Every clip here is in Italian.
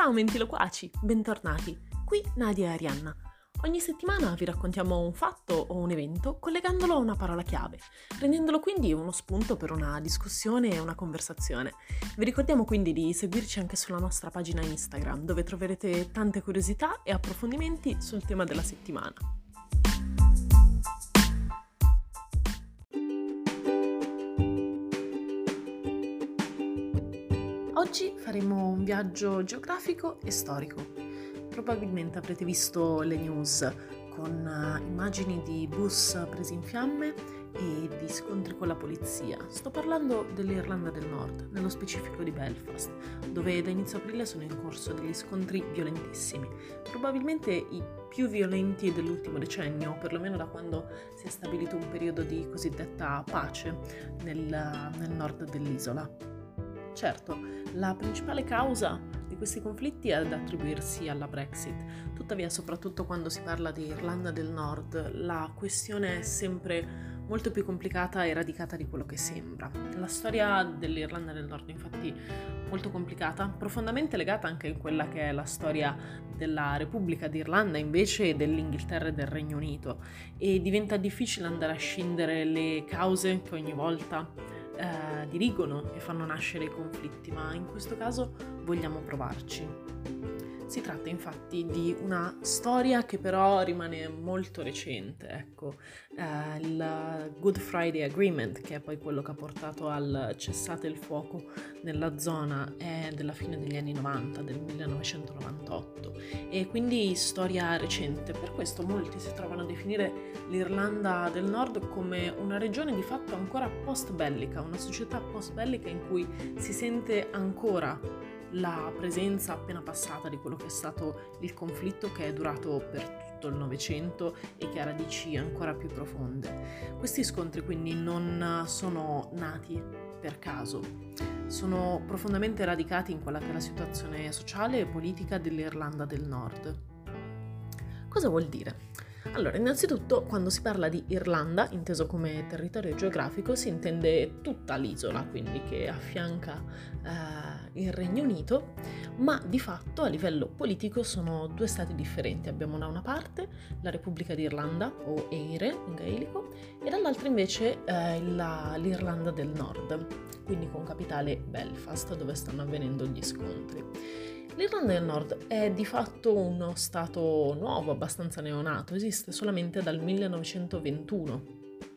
Ciao mentiloquaci, bentornati. Qui Nadia e Arianna. Ogni settimana vi raccontiamo un fatto o un evento collegandolo a una parola chiave, rendendolo quindi uno spunto per una discussione e una conversazione. Vi ricordiamo quindi di seguirci anche sulla nostra pagina Instagram, dove troverete tante curiosità e approfondimenti sul tema della settimana. Oggi faremo un viaggio geografico e storico. Probabilmente avrete visto le news con immagini di bus presi in fiamme e di scontri con la polizia. Sto parlando dell'Irlanda del Nord, nello specifico di Belfast, dove da inizio aprile sono in corso degli scontri violentissimi, probabilmente i più violenti dell'ultimo decennio, o perlomeno da quando si è stabilito un periodo di cosiddetta pace nel nord dell'isola. Certo, la principale causa di questi conflitti è da attribuirsi alla Brexit, tuttavia soprattutto quando si parla di Irlanda del Nord la questione è sempre molto più complicata e radicata di quello che sembra. La storia dell'Irlanda del Nord infatti molto complicata, profondamente legata anche in quella che è la storia della Repubblica d'Irlanda invece dell'Inghilterra e del Regno Unito, e diventa difficile andare a scindere le cause che ogni volta dirigono e fanno nascere i conflitti, ma in questo caso vogliamo provarci. Si tratta infatti di una storia che però rimane molto recente, il Good Friday Agreement, che è poi quello che ha portato al cessate il fuoco nella zona, è della fine degli anni 90, del 1998, e quindi storia recente. Per questo molti si trovano a definire l'Irlanda del Nord come una regione di fatto ancora post-bellica, una società post-bellica in cui si sente ancora la presenza appena passata di quello che è stato il conflitto, che è durato per tutto il Novecento e che ha radici ancora più profonde. Questi scontri quindi non sono nati per caso, sono profondamente radicati in quella che è la situazione sociale e politica dell'Irlanda del Nord. Cosa vuol dire? Allora, innanzitutto, quando si parla di Irlanda, inteso come territorio geografico, si intende tutta l'isola, quindi che affianca il Regno Unito, ma di fatto a livello politico sono due stati differenti. Abbiamo da una parte la Repubblica d'Irlanda, o Eire in gaelico, e dall'altra invece l'Irlanda del Nord, quindi con capitale Belfast, dove stanno avvenendo gli scontri. L'Irlanda del Nord è di fatto uno stato nuovo, abbastanza neonato, esiste solamente dal 1921.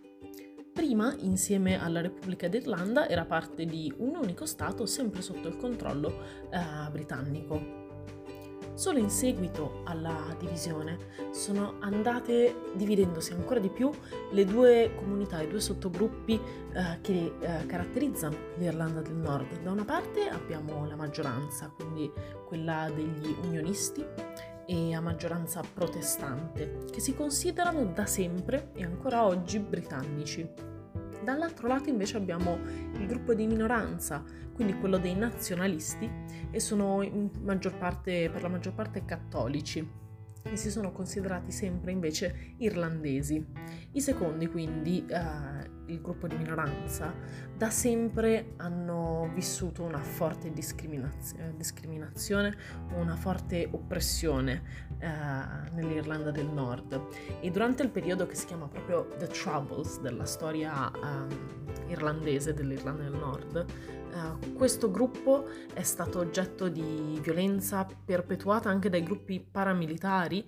Prima, insieme alla Repubblica d'Irlanda, era parte di un unico stato sempre sotto il controllo britannico. Solo in seguito alla divisione sono andate dividendosi ancora di più le due comunità, i due sottogruppi che caratterizzano l'Irlanda del Nord. Da una parte abbiamo la maggioranza, quindi quella degli unionisti e a maggioranza protestante, che si considerano da sempre e ancora oggi britannici. Dall'altro lato invece abbiamo il gruppo di minoranza, quindi quello dei nazionalisti, e sono per la maggior parte cattolici e si sono considerati sempre invece irlandesi. I secondi, quindi il gruppo di minoranza, da sempre hanno vissuto una forte discriminazione, una forte oppressione nell'Irlanda del Nord, e durante il periodo che si chiama proprio The Troubles della storia irlandese dell'Irlanda del Nord, questo gruppo è stato oggetto di violenza perpetuata anche dai gruppi paramilitari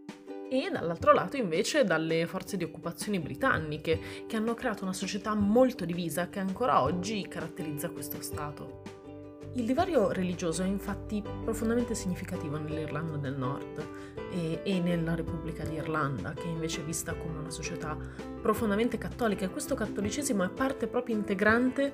e dall'altro lato invece dalle forze di occupazione britanniche, che hanno creato una società molto divisa che ancora oggi caratterizza questo stato. Il divario religioso è infatti profondamente significativo nell'Irlanda del Nord e nella Repubblica d'Irlanda, che invece è vista come una società profondamente cattolica, e questo cattolicesimo è parte proprio integrante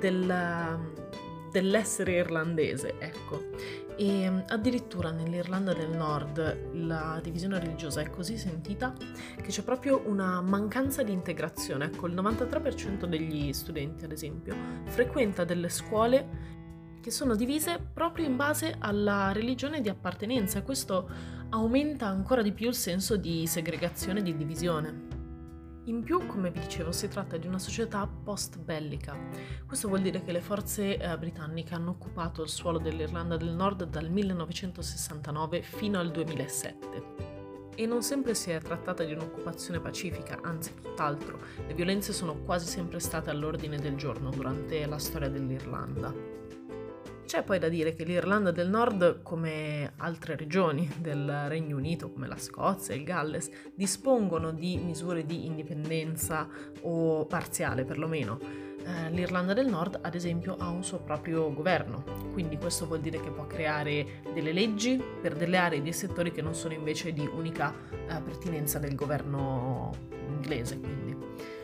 dell'essere irlandese, E addirittura nell'Irlanda del Nord la divisione religiosa è così sentita che c'è proprio una mancanza di integrazione. Il 93% degli studenti, ad esempio, frequenta delle scuole che sono divise proprio in base alla religione di appartenenza, e questo aumenta ancora di più il senso di segregazione e di divisione. In più, come vi dicevo, si tratta di una società post-bellica. Questo vuol dire che le forze britanniche hanno occupato il suolo dell'Irlanda del Nord dal 1969 fino al 2007. E non sempre si è trattata di un'occupazione pacifica, anzi tutt'altro. Le violenze sono quasi sempre state all'ordine del giorno durante la storia dell'Irlanda. C'è poi da dire che l'Irlanda del Nord, come altre regioni del Regno Unito, come la Scozia e il Galles, dispongono di misure di indipendenza o parziale perlomeno. L'Irlanda del Nord, ad esempio, ha un suo proprio governo, quindi questo vuol dire che può creare delle leggi per delle aree e dei settori che non sono invece di unica pertinenza del governo inglese. Quindi.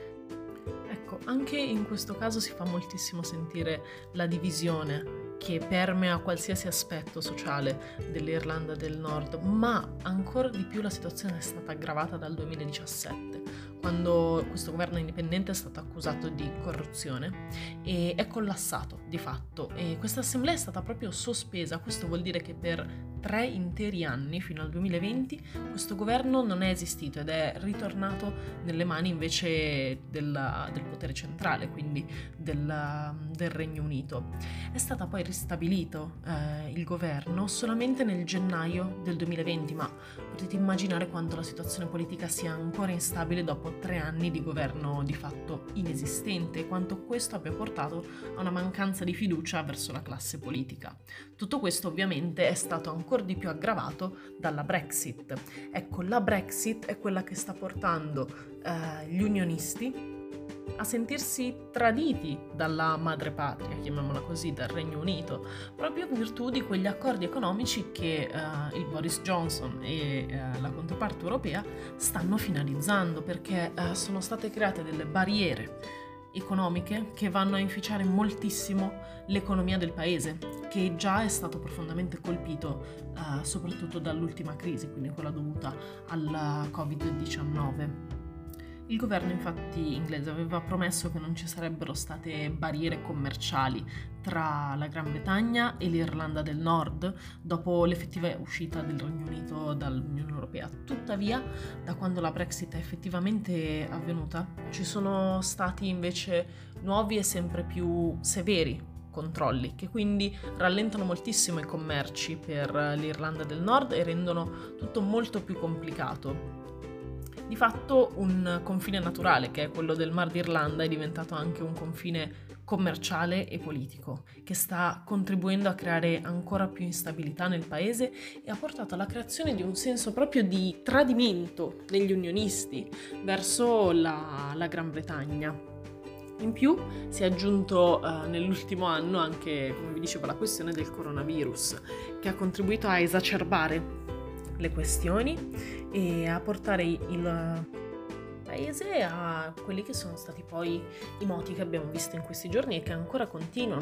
Ecco, anche in questo caso si fa moltissimo sentire la divisione che permea qualsiasi aspetto sociale dell'Irlanda del Nord, ma ancora di più la situazione è stata aggravata dal 2017, quando questo governo indipendente è stato accusato di corruzione e è collassato di fatto, e questa assemblea è stata proprio sospesa. Questo vuol dire che per 3 interi anni, fino al 2020, questo governo non è esistito ed è ritornato nelle mani invece del potere centrale, quindi del Regno Unito. È stata poi ristabilito il governo solamente nel gennaio del 2020, ma potete immaginare quanto la situazione politica sia ancora instabile dopo 3 anni di governo di fatto inesistente, e quanto questo abbia portato a una mancanza di fiducia verso la classe politica. Tutto questo ovviamente è stato ancora di più aggravato dalla Brexit. Ecco, la Brexit è quella che sta portando gli unionisti a sentirsi traditi dalla madrepatria, chiamiamola così, dal Regno Unito, proprio in virtù di quegli accordi economici che il Boris Johnson e la controparte europea stanno finalizzando, perché sono state create delle barriere economiche che vanno a inficiare moltissimo l'economia del paese, che già è stato profondamente colpito soprattutto dall'ultima crisi, quindi quella dovuta al Covid-19. Il governo infatti inglese aveva promesso che non ci sarebbero state barriere commerciali tra la Gran Bretagna e l'Irlanda del Nord dopo l'effettiva uscita del Regno Unito dall'Unione Europea. Tuttavia, da quando la Brexit è effettivamente avvenuta, ci sono stati invece nuovi e sempre più severi controlli, che quindi rallentano moltissimo i commerci per l'Irlanda del Nord e rendono tutto molto più complicato. Di fatto un confine naturale, che è quello del Mar d'Irlanda, è diventato anche un confine commerciale e politico, che sta contribuendo a creare ancora più instabilità nel paese e ha portato alla creazione di un senso proprio di tradimento negli unionisti verso la Gran Bretagna. In più si è aggiunto nell'ultimo anno anche, come vi dicevo, la questione del coronavirus, che ha contribuito a esacerbare le questioni e a portare il paese a quelli che sono stati poi i moti che abbiamo visto in questi giorni e che ancora continuano,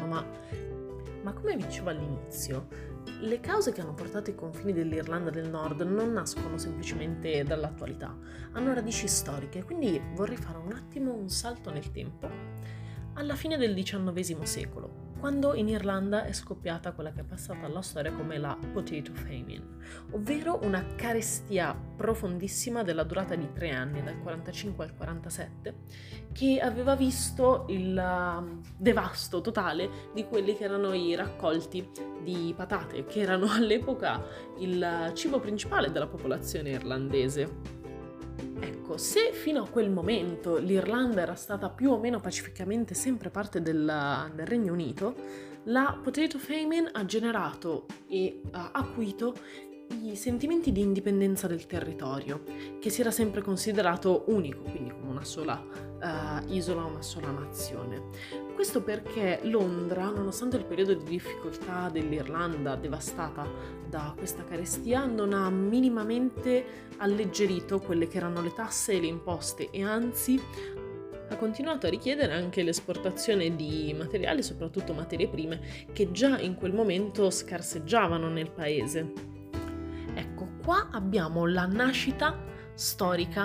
ma come vi dicevo all'inizio, le cause che hanno portato i confini dell'Irlanda del Nord non nascono semplicemente dall'attualità, hanno radici storiche, quindi vorrei fare un attimo un salto nel tempo alla fine del XIX secolo, quando in Irlanda è scoppiata quella che è passata alla storia come la Potato Famine, ovvero una carestia profondissima della durata di 3 anni, dal 45 al 47, che aveva visto il devasto totale di quelli che erano i raccolti di patate, che erano all'epoca il cibo principale della popolazione irlandese. Ecco, se fino a quel momento l'Irlanda era stata più o meno pacificamente sempre parte del Regno Unito, la Potato Famine ha generato e ha acuito i sentimenti di indipendenza del territorio, che si era sempre considerato unico, quindi come una sola isola, una sola nazione. Questo perché Londra, nonostante il periodo di difficoltà dell'Irlanda devastata da questa carestia, non ha minimamente alleggerito quelle che erano le tasse e le imposte e anzi ha continuato a richiedere anche l'esportazione di materiali, soprattutto materie prime, che già in quel momento scarseggiavano nel paese. Ecco, qua abbiamo la nascita storica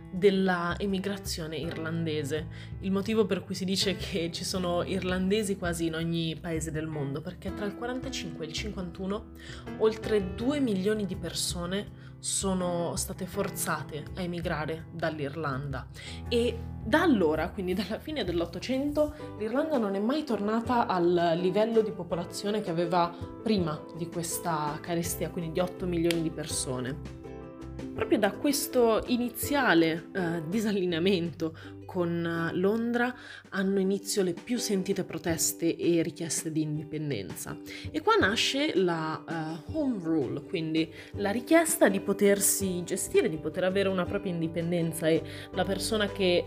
della emigrazione irlandese, il motivo per cui si dice che ci sono irlandesi quasi in ogni paese del mondo, perché tra il 45 e il 51 oltre 2 milioni di persone sono state forzate a emigrare dall'Irlanda e da allora, quindi dalla fine dell'Ottocento, l'Irlanda non è mai tornata al livello di popolazione che aveva prima di questa carestia, quindi di 8 milioni di persone. Proprio da questo iniziale disallineamento con Londra hanno inizio le più sentite proteste e richieste di indipendenza. E qua nasce la Home Rule, quindi la richiesta di potersi gestire, di poter avere una propria indipendenza, e la persona che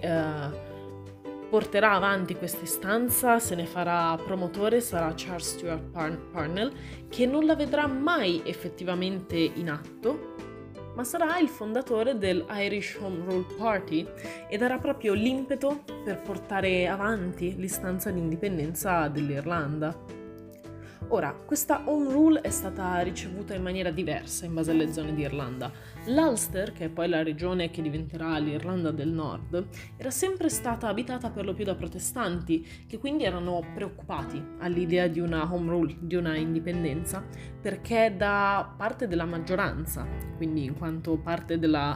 porterà avanti questa istanza, se ne farà promotore, sarà Charles Stewart Parnell, che non la vedrà mai effettivamente in atto, ma sarà il fondatore del Irish Home Rule Party e darà proprio l'impeto per portare avanti l'istanza di indipendenza dell'Irlanda. Ora, questa Home Rule è stata ricevuta in maniera diversa in base alle zone di Irlanda. L'Ulster, che è poi la regione che diventerà l'Irlanda del Nord, era sempre stata abitata per lo più da protestanti, che quindi erano preoccupati all'idea di una Home Rule, di una indipendenza, perché da parte della maggioranza, quindi in quanto parte della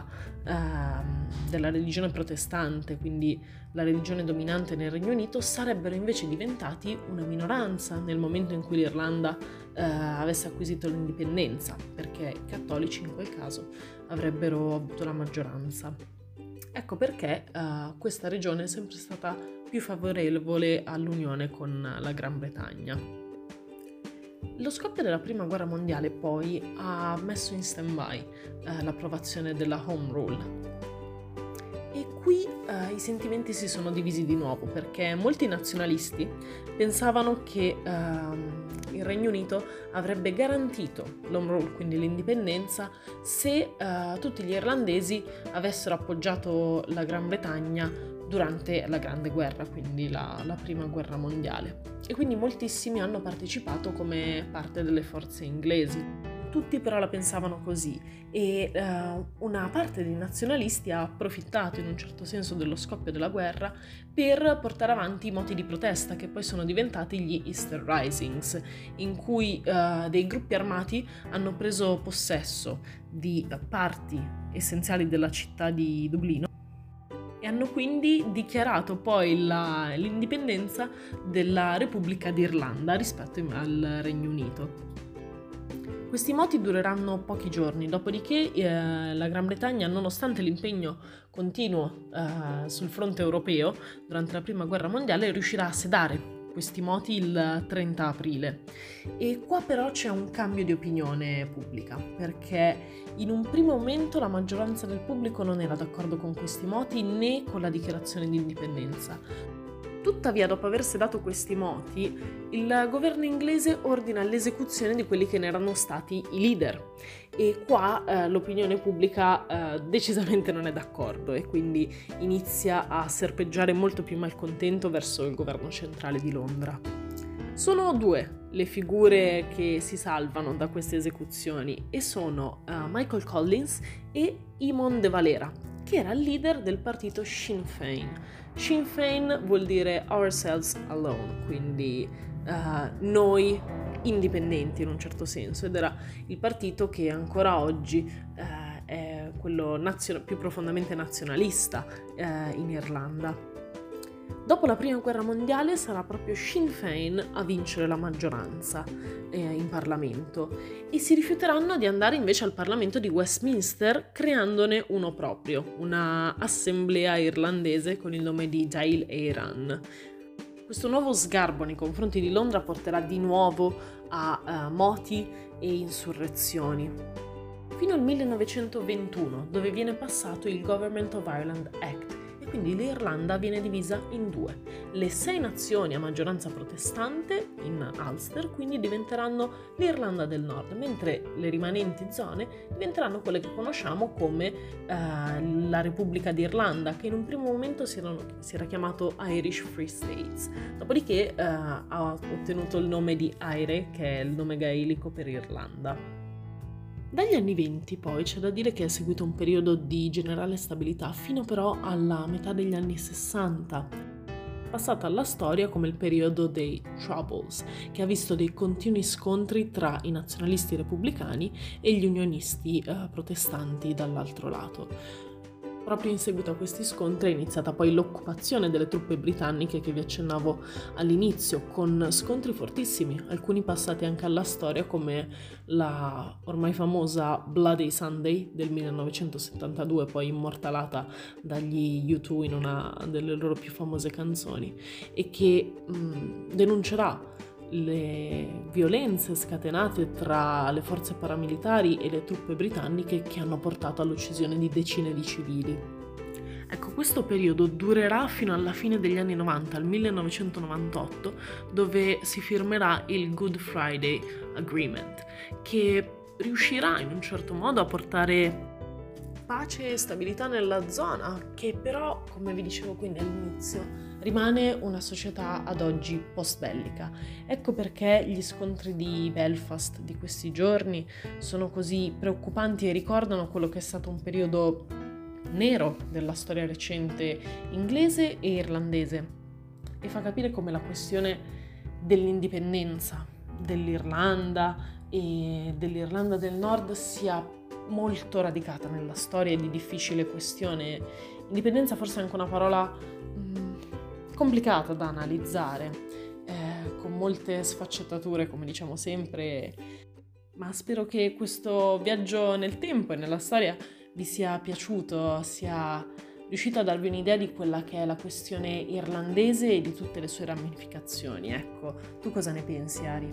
religione protestante, quindi la religione dominante nel Regno Unito, sarebbero invece diventati una minoranza nel momento in cui l'Irlanda avesse acquisito l'indipendenza, perché i cattolici in quel caso avrebbero avuto la maggioranza. Ecco perché questa regione è sempre stata più favorevole all'unione con la Gran Bretagna. Lo scoppio della Prima Guerra Mondiale poi ha messo in stand-by l'approvazione della Home Rule. E qui i sentimenti si sono divisi di nuovo, perché molti nazionalisti pensavano che il Regno Unito avrebbe garantito l'Home Rule, quindi l'indipendenza, se tutti gli irlandesi avessero appoggiato la Gran Bretagna durante la Grande Guerra, quindi la Prima Guerra Mondiale. E quindi moltissimi hanno partecipato come parte delle forze inglesi. Tutti però la pensavano così e una parte dei nazionalisti ha approfittato in un certo senso dello scoppio della guerra per portare avanti i moti di protesta che poi sono diventati gli Easter Risings, in cui dei gruppi armati hanno preso possesso di parti essenziali della città di Dublino e hanno quindi dichiarato poi l'indipendenza della Repubblica d'Irlanda rispetto al Regno Unito. Questi moti dureranno pochi giorni, dopodiché la Gran Bretagna, nonostante l'impegno continuo sul fronte europeo durante la Prima Guerra Mondiale, riuscirà a sedare questi moti il 30 aprile. E qua però c'è un cambio di opinione pubblica, perché in un primo momento la maggioranza del pubblico non era d'accordo con questi moti né con la dichiarazione di indipendenza. Tuttavia, dopo aver sedato questi moti, il governo inglese ordina l'esecuzione di quelli che ne erano stati i leader e qua l'opinione pubblica decisamente non è d'accordo e quindi inizia a serpeggiare molto più malcontento verso il governo centrale di Londra. Sono due le figure che si salvano da queste esecuzioni e sono Michael Collins e Eamon de Valera, che era il leader del partito Sinn Féin. Sinn Féin vuol dire ourselves alone, quindi noi indipendenti in un certo senso, ed era il partito che ancora oggi è quello più profondamente nazionalista in Irlanda. Dopo la Prima Guerra Mondiale sarà proprio Sinn Féin a vincere la maggioranza in Parlamento e si rifiuteranno di andare invece al Parlamento di Westminster creandone uno proprio, una assemblea irlandese con il nome di Dáil Éireann. Questo nuovo sgarbo nei confronti di Londra porterà di nuovo a moti e insurrezioni. Fino al 1921, dove viene passato il Government of Ireland Act, quindi l'Irlanda viene divisa in due. Le 6 nazioni a maggioranza protestante in Ulster quindi diventeranno l'Irlanda del Nord, mentre le rimanenti zone diventeranno quelle che conosciamo come la Repubblica d'Irlanda, che in un primo momento si era chiamato Irish Free States, dopodiché ha ottenuto il nome di Eire, che è il nome gaelico per Irlanda. Dagli anni '20 poi c'è da dire che è seguito un periodo di generale stabilità fino però alla metà degli anni '60, passata alla storia come il periodo dei Troubles, che ha visto dei continui scontri tra i nazionalisti repubblicani e gli unionisti protestanti dall'altro lato. Proprio in seguito a questi scontri è iniziata poi l'occupazione delle truppe britanniche che vi accennavo all'inizio, con scontri fortissimi, alcuni passati anche alla storia come la ormai famosa Bloody Sunday del 1972, poi immortalata dagli U2 in una delle loro più famose canzoni, e che denuncerà le violenze scatenate tra le forze paramilitari e le truppe britanniche che hanno portato all'uccisione di decine di civili. Ecco, questo periodo durerà fino alla fine degli anni 90, al 1998, dove si firmerà il Good Friday Agreement, che riuscirà in un certo modo a portare pace e stabilità nella zona, che però, come vi dicevo quindi all'inizio, rimane una società ad oggi post-bellica. Ecco perché gli scontri di Belfast di questi giorni sono così preoccupanti e ricordano quello che è stato un periodo nero della storia recente inglese e irlandese, e fa capire come la questione dell'indipendenza dell'Irlanda e dell'Irlanda del Nord sia molto radicata nella storia e di difficile questione. Indipendenza forse è anche una parola complicata da analizzare, con molte sfaccettature, come diciamo sempre, ma spero che questo viaggio nel tempo e nella storia vi sia piaciuto, sia riuscito a darvi un'idea di quella che è la questione irlandese e di tutte le sue ramificazioni. Ecco, tu cosa ne pensi, Ari?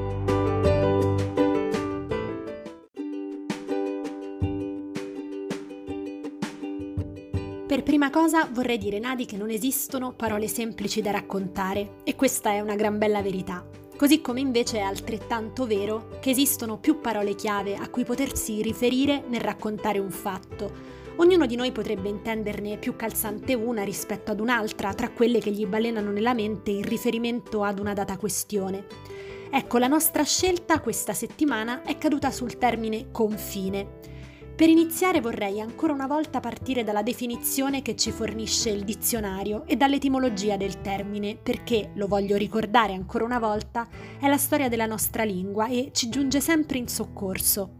Per prima cosa vorrei dire, Nadi, che non esistono parole semplici da raccontare, e questa è una gran bella verità. Così come invece è altrettanto vero che esistono più parole chiave a cui potersi riferire nel raccontare un fatto. Ognuno di noi potrebbe intenderne più calzante una rispetto ad un'altra, tra quelle che gli balenano nella mente in riferimento ad una data questione. Ecco, la nostra scelta questa settimana è caduta sul termine confine. Per iniziare vorrei ancora una volta partire dalla definizione che ci fornisce il dizionario e dall'etimologia del termine, perché, lo voglio ricordare ancora una volta, è la storia della nostra lingua e ci giunge sempre in soccorso.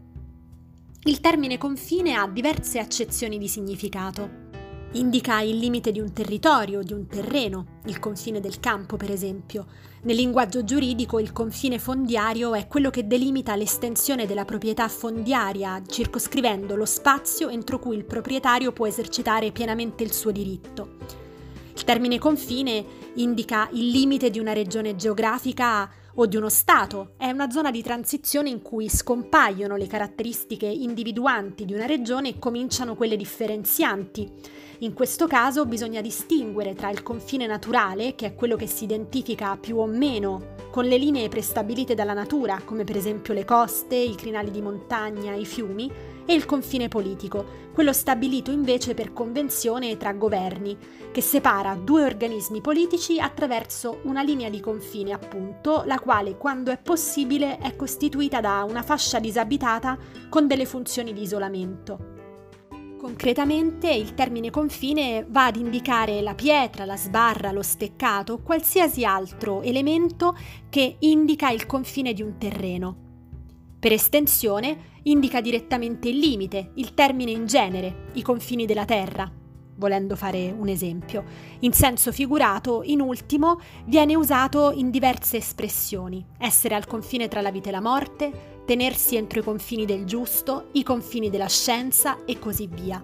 Il termine confine ha diverse accezioni di significato. Indica il limite di un territorio, di un terreno, il confine del campo per esempio. Nel linguaggio giuridico il confine fondiario è quello che delimita l'estensione della proprietà fondiaria, circoscrivendo lo spazio entro cui il proprietario può esercitare pienamente il suo diritto. Il termine confine indica il limite di una regione geografica o di uno Stato. È una zona di transizione in cui scompaiono le caratteristiche individuanti di una regione e cominciano quelle differenzianti. In questo caso bisogna distinguere tra il confine naturale, che è quello che si identifica più o meno con le linee prestabilite dalla natura, come per esempio le coste, i crinali di montagna, i fiumi, e il confine politico, quello stabilito invece per convenzione tra governi, che separa due organismi politici attraverso una linea di confine, appunto, la quale, quando è possibile, è costituita da una fascia disabitata con delle funzioni di isolamento. Concretamente, il termine confine va ad indicare la pietra, la sbarra, lo steccato, qualsiasi altro elemento che indica il confine di un terreno. Per estensione, indica direttamente il limite, il termine in genere, i confini della terra, volendo fare un esempio. In senso figurato, in ultimo, viene usato in diverse espressioni: essere al confine tra la vita e la morte, tenersi entro i confini del giusto, i confini della scienza e così via.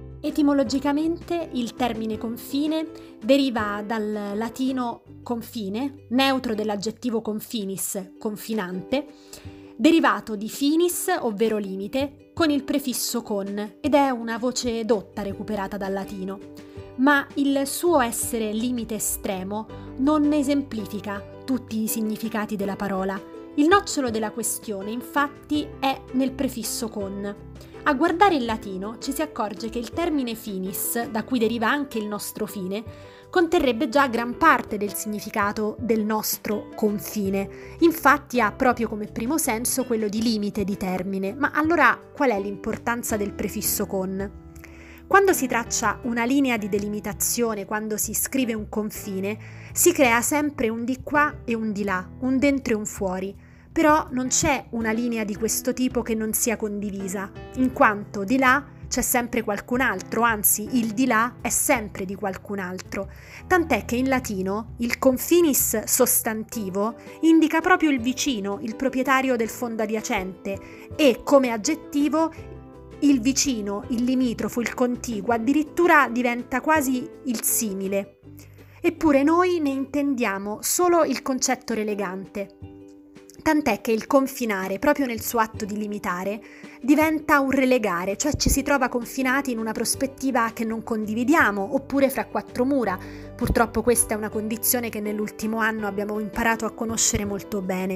Etimologicamente il termine confine deriva dal latino confine, neutro dell'aggettivo confinis, confinante, derivato di finis, ovvero limite, con il prefisso con, ed è una voce dotta recuperata dal latino. Ma il suo essere limite estremo non esemplifica tutti i significati della parola. Il nocciolo della questione, infatti, è nel prefisso con. A guardare il latino ci si accorge che il termine finis, da cui deriva anche il nostro fine, conterrebbe già gran parte del significato del nostro confine. Infatti ha proprio come primo senso quello di limite, di termine. Ma allora qual è l'importanza del prefisso con? Quando si traccia una linea di delimitazione, quando si scrive un confine, si crea sempre un di qua e un di là, un dentro e un fuori. Però non c'è una linea di questo tipo che non sia condivisa, in quanto di là c'è sempre qualcun altro, anzi il di là è sempre di qualcun altro. Tant'è che in latino il confinis sostantivo indica proprio il vicino, il proprietario del fondo adiacente, e come aggettivo il vicino, il limitrofo, il contiguo, addirittura diventa quasi il simile. Eppure noi ne intendiamo solo il concetto relegante. Tant'è che il confinare, proprio nel suo atto di limitare, diventa un relegare, cioè ci si trova confinati in una prospettiva che non condividiamo, oppure fra quattro mura. Purtroppo questa è una condizione che nell'ultimo anno abbiamo imparato a conoscere molto bene.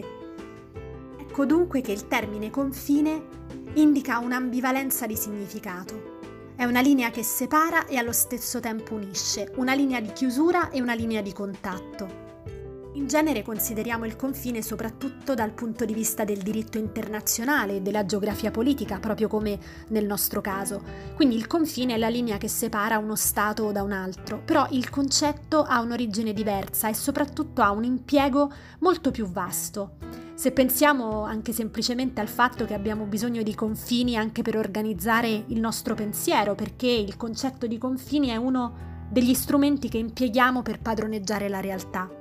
Ecco dunque che il termine confine indica un'ambivalenza di significato. È una linea che separa e allo stesso tempo unisce, una linea di chiusura e una linea di contatto. In genere consideriamo il confine soprattutto dal punto di vista del diritto internazionale e della geografia politica, proprio come nel nostro caso. Quindi il confine è la linea che separa uno Stato da un altro, però il concetto ha un'origine diversa e soprattutto ha un impiego molto più vasto. Se pensiamo anche semplicemente al fatto che abbiamo bisogno di confini anche per organizzare il nostro pensiero, perché il concetto di confini è uno degli strumenti che impieghiamo per padroneggiare la realtà.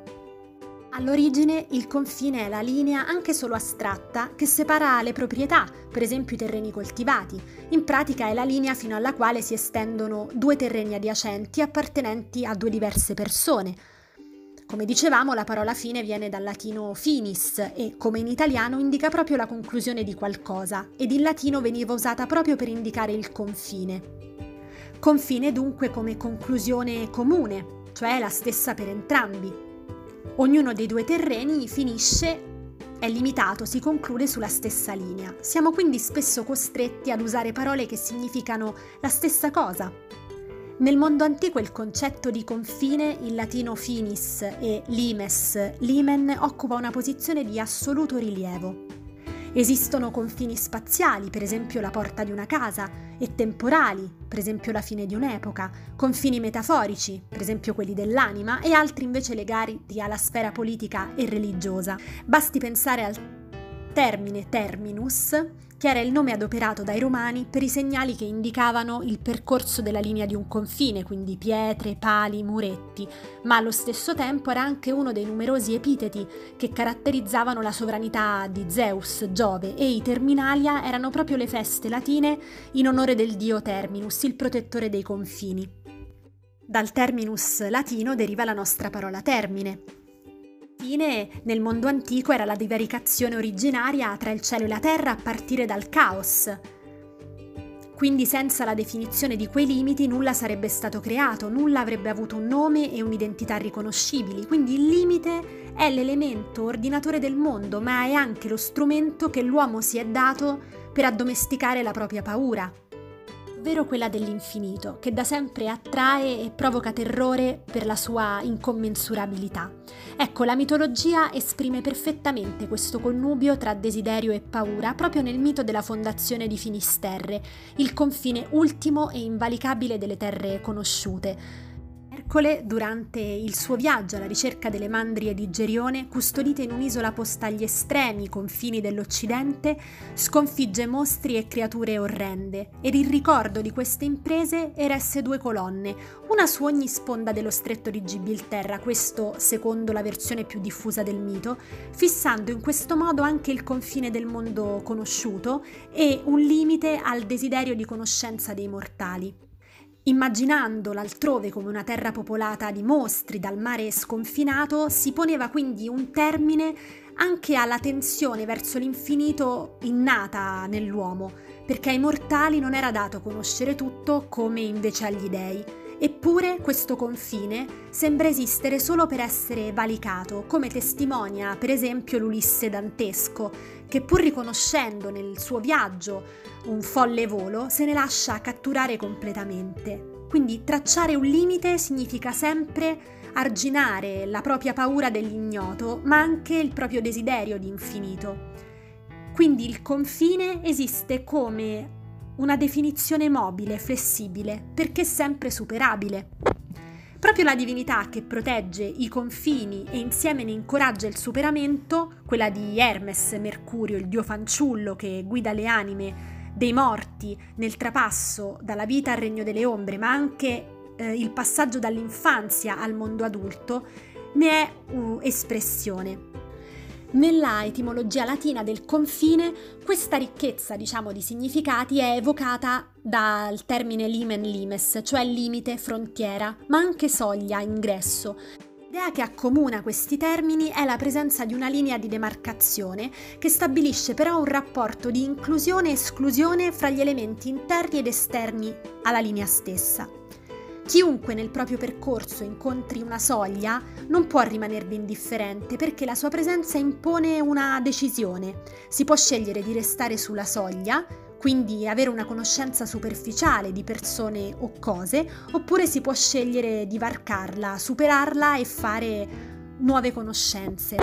All'origine il confine è la linea, anche solo astratta, che separa le proprietà, per esempio i terreni coltivati. In pratica è la linea fino alla quale si estendono due terreni adiacenti appartenenti a due diverse persone. Come dicevamo, la parola fine viene dal latino finis e, come in italiano, indica proprio la conclusione di qualcosa, ed in latino veniva usata proprio per indicare il confine. Confine dunque come conclusione comune, cioè la stessa per entrambi. Ognuno dei due terreni finisce, è limitato, si conclude sulla stessa linea. Siamo quindi spesso costretti ad usare parole che significano la stessa cosa. Nel mondo antico il concetto di confine, in latino finis e limes, limen, occupa una posizione di assoluto rilievo. Esistono confini spaziali, per esempio la porta di una casa, e temporali, per esempio la fine di un'epoca, confini metaforici, per esempio quelli dell'anima, e altri invece legati alla sfera politica e religiosa. Basti pensare al termine terminus, che era il nome adoperato dai romani per i segnali che indicavano il percorso della linea di un confine, quindi pietre, pali, muretti, ma allo stesso tempo era anche uno dei numerosi epiteti che caratterizzavano la sovranità di Zeus, Giove, e i Terminalia erano proprio le feste latine in onore del dio Terminus, il protettore dei confini. Dal terminus latino deriva la nostra parola termine. Fine nel mondo antico era la divaricazione originaria tra il cielo e la terra a partire dal caos. Quindi senza la definizione di quei limiti nulla sarebbe stato creato, nulla avrebbe avuto un nome e un'identità riconoscibili. Quindi il limite è l'elemento ordinatore del mondo, ma è anche lo strumento che l'uomo si è dato per addomesticare la propria paura, ovvero quella dell'infinito, che da sempre attrae e provoca terrore per la sua incommensurabilità. Ecco, la mitologia esprime perfettamente questo connubio tra desiderio e paura proprio nel mito della fondazione di Finisterre, il confine ultimo e invalicabile delle terre conosciute. Ercole, durante il suo viaggio alla ricerca delle mandrie di Gerione, custodite in un'isola posta agli estremi confini dell'Occidente, sconfigge mostri e creature orrende, ed in ricordo di queste imprese eresse due colonne, una su ogni sponda dello stretto di Gibilterra, questo secondo la versione più diffusa del mito, fissando in questo modo anche il confine del mondo conosciuto e un limite al desiderio di conoscenza dei mortali. Immaginando l'altrove come una terra popolata di mostri dal mare sconfinato, si poneva quindi un termine anche alla tensione verso l'infinito innata nell'uomo, perché ai mortali non era dato conoscere tutto come invece agli dei, Eppure questo confine sembra esistere solo per essere valicato, come testimonia per esempio l'Ulisse dantesco, che pur riconoscendo nel suo viaggio un folle volo, se ne lascia catturare completamente. Quindi tracciare un limite significa sempre arginare la propria paura dell'ignoto, ma anche il proprio desiderio di infinito. Quindi il confine esiste come una definizione mobile, flessibile, perché sempre superabile. Proprio la divinità che protegge i confini e insieme ne incoraggia il superamento, quella di Hermes, Mercurio, il dio fanciullo che guida le anime dei morti nel trapasso dalla vita al regno delle ombre, ma anche il passaggio dall'infanzia al mondo adulto, ne è espressione. Nella etimologia latina del confine, questa ricchezza, di significati è evocata dal termine limen limes, cioè limite, frontiera, ma anche soglia, ingresso. L'idea che accomuna questi termini è la presenza di una linea di demarcazione che stabilisce però un rapporto di inclusione e esclusione fra gli elementi interni ed esterni alla linea stessa. Chiunque nel proprio percorso incontri una soglia non può rimanervi indifferente perché la sua presenza impone una decisione. Si può scegliere di restare sulla soglia, quindi avere una conoscenza superficiale di persone o cose, oppure si può scegliere di varcarla, superarla e fare nuove conoscenze.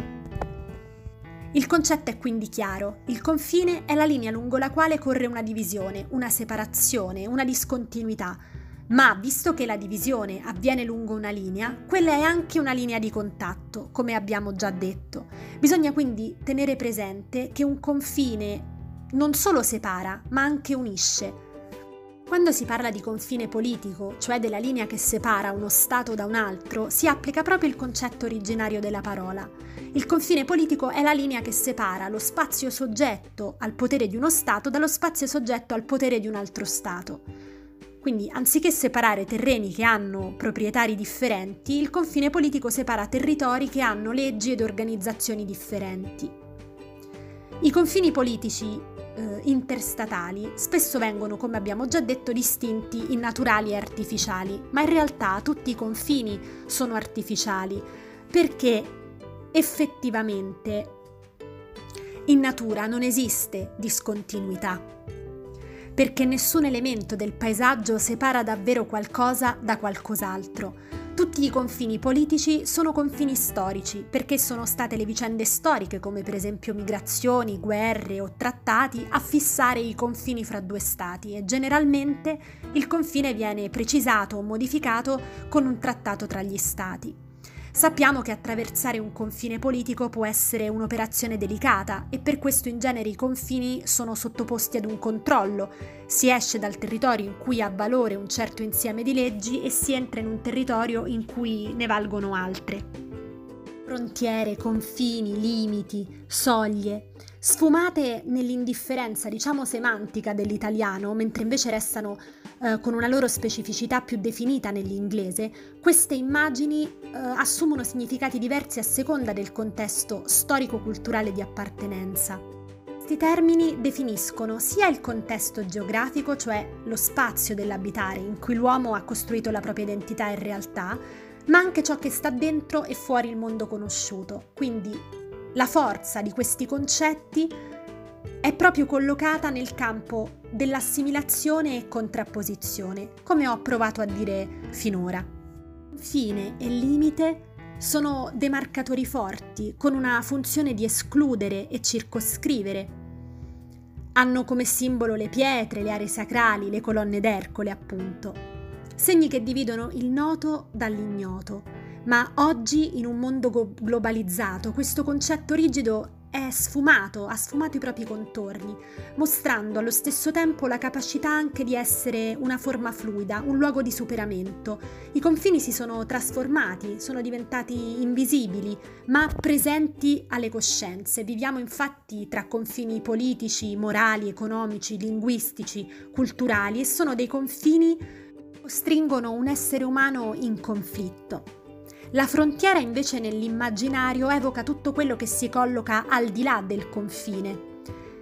Il concetto è quindi chiaro: il confine è la linea lungo la quale corre una divisione, una separazione, una discontinuità. Ma visto che la divisione avviene lungo una linea, quella è anche una linea di contatto, come abbiamo già detto. Bisogna quindi tenere presente che un confine non solo separa, ma anche unisce. Quando si parla di confine politico, cioè della linea che separa uno Stato da un altro, si applica proprio il concetto originario della parola. Il confine politico è la linea che separa lo spazio soggetto al potere di uno Stato dallo spazio soggetto al potere di un altro Stato. Quindi, anziché separare terreni che hanno proprietari differenti, il confine politico separa territori che hanno leggi ed organizzazioni differenti. I confini politici interstatali spesso vengono, come abbiamo già detto, distinti in naturali e artificiali, ma in realtà tutti i confini sono artificiali, perché effettivamente in natura non esiste discontinuità. Perché nessun elemento del paesaggio separa davvero qualcosa da qualcos'altro. Tutti i confini politici sono confini storici, perché sono state le vicende storiche, come per esempio migrazioni, guerre o trattati, a fissare i confini fra due stati e generalmente il confine viene precisato o modificato con un trattato tra gli stati. Sappiamo che attraversare un confine politico può essere un'operazione delicata e per questo in genere i confini sono sottoposti ad un controllo. Si esce dal territorio in cui ha valore un certo insieme di leggi e si entra in un territorio in cui ne valgono altre. Frontiere, confini, limiti, soglie, sfumate nell'indifferenza, semantica dell'italiano, mentre invece restano con una loro specificità più definita nell'inglese, queste immagini assumono significati diversi a seconda del contesto storico-culturale di appartenenza. Questi termini definiscono sia il contesto geografico, cioè lo spazio dell'abitare in cui l'uomo ha costruito la propria identità e realtà, ma anche ciò che sta dentro e fuori il mondo conosciuto. Quindi la forza di questi concetti è proprio collocata nel campo dell'assimilazione e contrapposizione, come ho provato a dire finora. Confine e limite sono demarcatori forti, con una funzione di escludere e circoscrivere. Hanno come simbolo le pietre, le aree sacrali, le colonne d'Ercole, appunto. Segni che dividono il noto dall'ignoto, ma oggi in un mondo globalizzato questo concetto rigido ha sfumato i propri contorni, mostrando allo stesso tempo la capacità anche di essere una forma fluida, un luogo di superamento. I confini si sono trasformati, sono diventati invisibili, ma presenti alle coscienze. Viviamo infatti tra confini politici, morali, economici, linguistici, culturali e sono dei confini che costringono un essere umano in conflitto. La frontiera invece nell'immaginario evoca tutto quello che si colloca al di là del confine.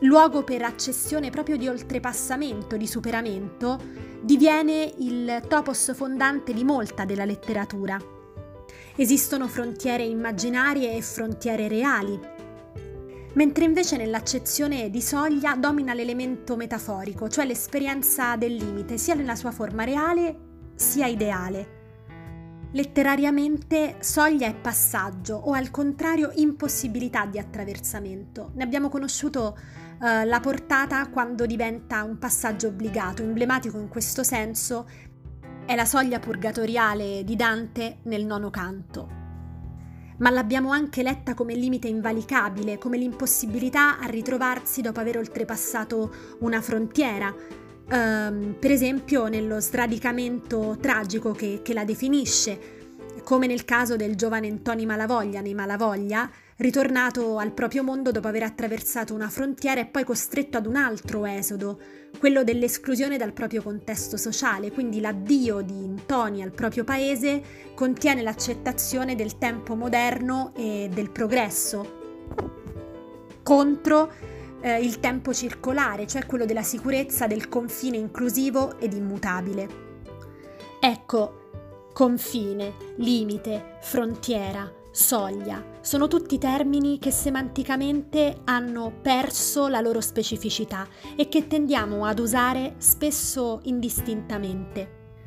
luogo per accessione proprio di oltrepassamento, di superamento, diviene il topos fondante di molta della letteratura. Esistono frontiere immaginarie e frontiere reali, mentre invece nell'accezione di soglia domina l'elemento metaforico, cioè l'esperienza del limite, sia nella sua forma reale sia ideale. Letterariamente soglia è passaggio o al contrario impossibilità di attraversamento. Ne abbiamo conosciuto la portata quando diventa un passaggio obbligato. Emblematico in questo senso è la soglia purgatoriale di Dante nel Nono Canto. Ma l'abbiamo anche letta come limite invalicabile, come l'impossibilità a ritrovarsi dopo aver oltrepassato una frontiera, per esempio nello sradicamento tragico che la definisce, come nel caso del giovane Ntoni Malavoglia nei Malavoglia, ritornato al proprio mondo dopo aver attraversato una frontiera e poi costretto ad un altro esodo, quello dell'esclusione dal proprio contesto sociale. Quindi l'addio di Ntoni al proprio paese contiene l'accettazione del tempo moderno e del progresso contro il tempo circolare, cioè quello della sicurezza del confine inclusivo ed immutabile. Ecco, confine, limite, frontiera, soglia, sono tutti termini che semanticamente hanno perso la loro specificità e che tendiamo ad usare spesso indistintamente.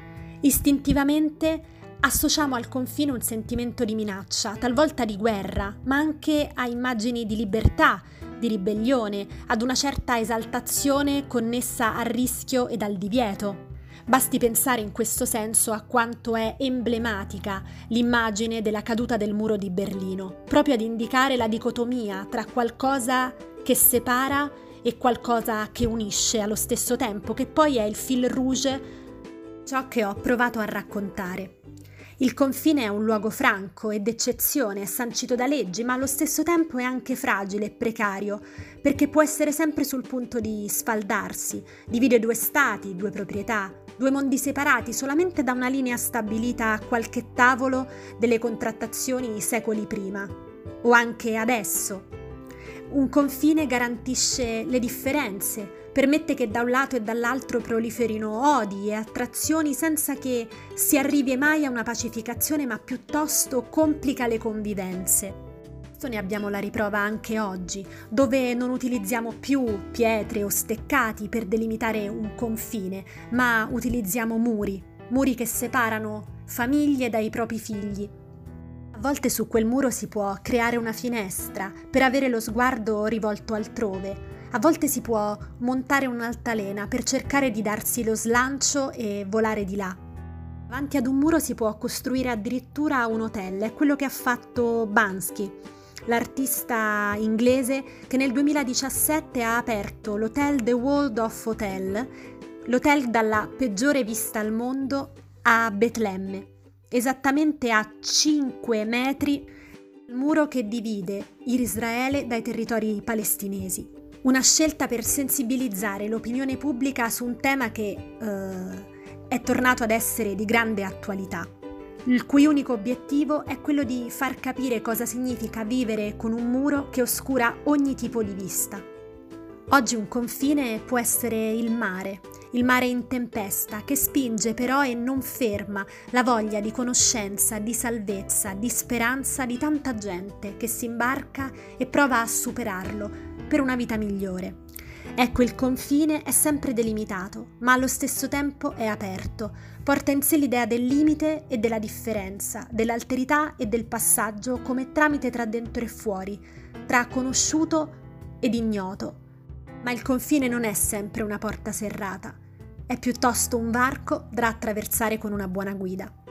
Istintivamente associamo al confine un sentimento di minaccia, talvolta di guerra, ma anche a immagini di libertà, di ribellione, ad una certa esaltazione connessa al rischio ed al divieto. Basti pensare in questo senso a quanto è emblematica l'immagine della caduta del muro di Berlino, proprio ad indicare la dicotomia tra qualcosa che separa e qualcosa che unisce allo stesso tempo, che poi è il fil rouge, ciò che ho provato a raccontare. Il confine è un luogo franco e d'eccezione, è sancito da leggi, ma allo stesso tempo è anche fragile e precario, perché può essere sempre sul punto di sfaldarsi, divide due stati, due proprietà, due mondi separati solamente da una linea stabilita a qualche tavolo delle contrattazioni secoli prima, o anche adesso. Un confine garantisce le differenze, permette che da un lato e dall'altro proliferino odi e attrazioni senza che si arrivi mai a una pacificazione, ma piuttosto complica le convivenze. Questo ne abbiamo la riprova anche oggi, dove non utilizziamo più pietre o steccati per delimitare un confine, ma utilizziamo muri che separano famiglie dai propri figli. A volte su quel muro si può creare una finestra per avere lo sguardo rivolto altrove. A volte si può montare un'altalena per cercare di darsi lo slancio e volare di là. Davanti ad un muro si può costruire addirittura un hotel, è quello che ha fatto Banksy, l'artista inglese che nel 2017 ha aperto l'hotel The Waldorf Hotel, l'hotel dalla peggiore vista al mondo, a Betlemme, esattamente a 5 metri dal muro che divide Israele dai territori palestinesi. Una scelta per sensibilizzare l'opinione pubblica su un tema che è tornato ad essere di grande attualità, il cui unico obiettivo è quello di far capire cosa significa vivere con un muro che oscura ogni tipo di vista. Oggi un confine può essere il mare in tempesta, che spinge però e non ferma la voglia di conoscenza, di salvezza, di speranza di tanta gente che si imbarca e prova a superarlo per una vita migliore. Ecco, il confine è sempre delimitato, ma allo stesso tempo è aperto, porta in sé l'idea del limite e della differenza, dell'alterità e del passaggio come tramite tra dentro e fuori, tra conosciuto ed ignoto. Ma il confine non è sempre una porta serrata, è piuttosto un varco da attraversare con una buona guida.